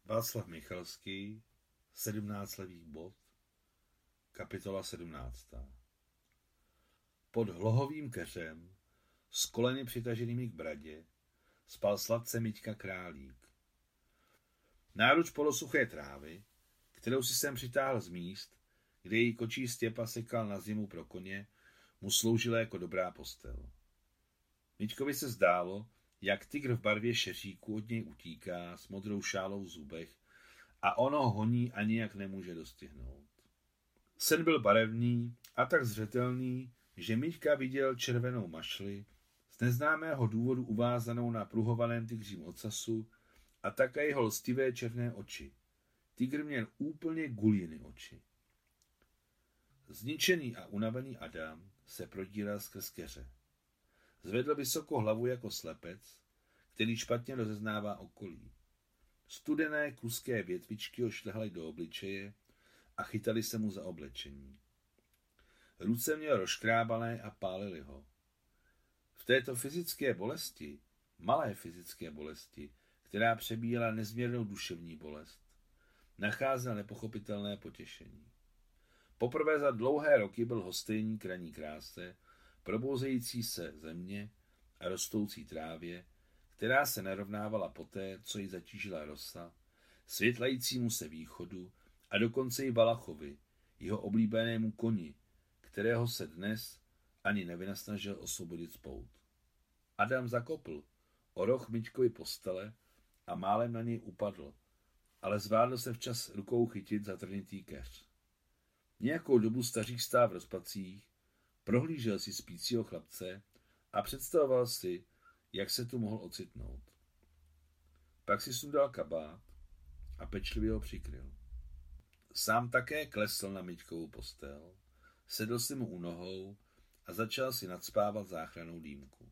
Václav Michalský, 17 levých bod, kapitola 17. Pod hlohovým keřem, s koleny přitaženými k bradě, spal sladce Miťka Králík. Náruč polosuché trávy, kterou si sem přitáhl z míst, kde její kočí Stěpa sekal na zimu pro koně, mu sloužila jako dobrá postel. Miťkovi se zdálo, jak tygr v barvě šeříku od něj utíká s modrou šálou v zubech a ono ho honí a nijak nemůže dostihnout. Sen byl barevný a tak zřetelný, že Miťka viděl červenou mašli, z neznámého důvodu uvázanou na pruhovaném tygřím ocasu a také jeho lstivé černé oči. Tygr měl úplně guliny oči. Zničený a unavený Adam se prodíral skrz keře. Zvedl vysokou hlavu jako slepec, který špatně rozeznává okolí. Studené kluské větvičky ho šlehaly do obličeje a chytali se mu za oblečení. Ruce měl rozškrábané a pálily ho. V této fyzické bolesti, malé fyzické bolesti, která přebíjela nezměrnou duševní bolest, nacházel nepochopitelné potěšení. Poprvé za dlouhé roky byl hostejník ranní kráse, probouzející se země a rostoucí trávě, která se narovnávala poté, co ji zatížila rosa, světlajícímu se východu a dokonce i Valachovi, jeho oblíbenému koni, kterého se dnes ani nevynasnažil osvobodit z pout. Adam zakopl o roh Miťkovy postele a málem na něj upadl, ale zvládl se včas rukou chytit za trnitý keř. Nějakou dobu stařík stál v rozpacích, prohlížel si spícího chlapce a představoval si, jak se tu mohl ocitnout. Pak si sundal kabát a pečlivě ho přikryl. Sám také klesl na Miťkovu postel, sedl si mu u nohou a začal si nacpávat záchrannou dýmku.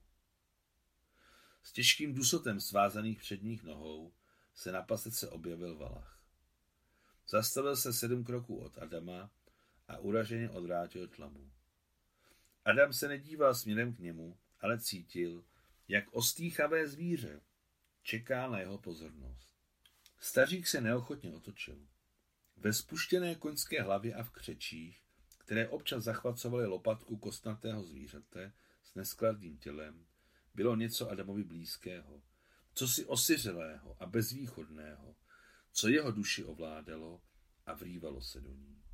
S těžkým dusotem svázaných předních nohou se na pasece objevil Valach. Zastavil se 7 kroků od Adama a uraženě odvrátil tlamu. Adam se nedíval směrem k němu, ale cítil, jak ostýchavé zvíře čeká na jeho pozornost. Stařík se neochotně otočil. Ve spuštěné koňské hlavě a v křečích, které občas zachvacovaly lopatku kostnatého zvířete s neskladným tělem, bylo něco Adamovi blízkého, cosi osiřelého a bezvýchodného, co jeho duši ovládalo a vrývalo se do ní.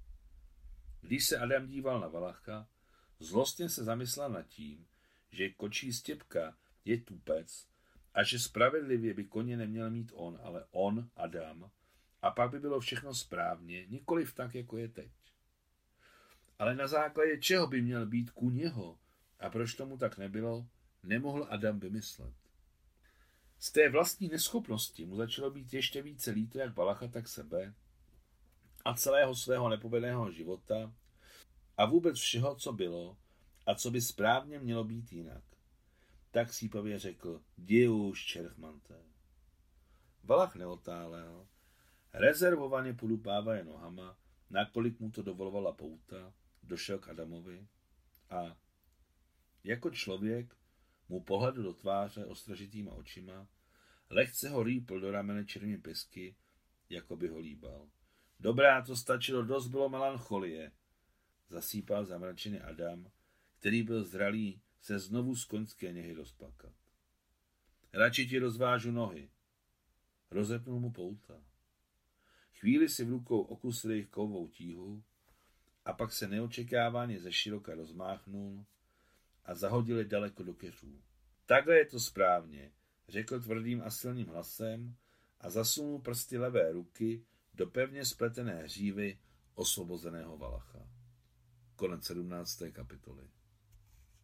Když se Adam díval na Valacha, zlostně se zamyslel nad tím, že kočí Stěpka je tupec a že spravedlivě by koně neměl mít on, ale on, Adam, a pak by bylo všechno správně, nikoliv tak, jako je teď. Ale na základě čeho by měl být kůň jeho a proč tomu tak nebylo, nemohl Adam vymyslet. Z té vlastní neschopnosti mu začalo být ještě více líto jak Valacha, tak sebe a celého svého nepovedeného života a vůbec všeho, co bylo a co by správně mělo být jinak. Tak sípavě řekl, jdi už, čerchmante. Valach neotálel, rezervovaně podupávaje nohama, nakolik mu to dovolovala pouta, došel k Adamovi a jako člověk mu pohledl do tváře ostražitýma očima, lehce ho rýpl do ramene černými pysky, jako by ho líbal. Dobrá, to stačilo, dost bylo melancholie, zasýpal zamračený Adam, který byl zralý se znovu z koňské něhy rozplakat. Radši ti rozvážu nohy. Rozepnul mu pouta. Chvíli si v rukou okusil jejich kovovou tíhu a pak se neočekávaně ze široka rozmáchnul a zahodil je daleko do keřů. Takhle je to správně, řekl tvrdým a silným hlasem a zasunul prsty levé ruky do pevně spletené hřívy osvobozeného Valacha. Konec 17. kapitoly.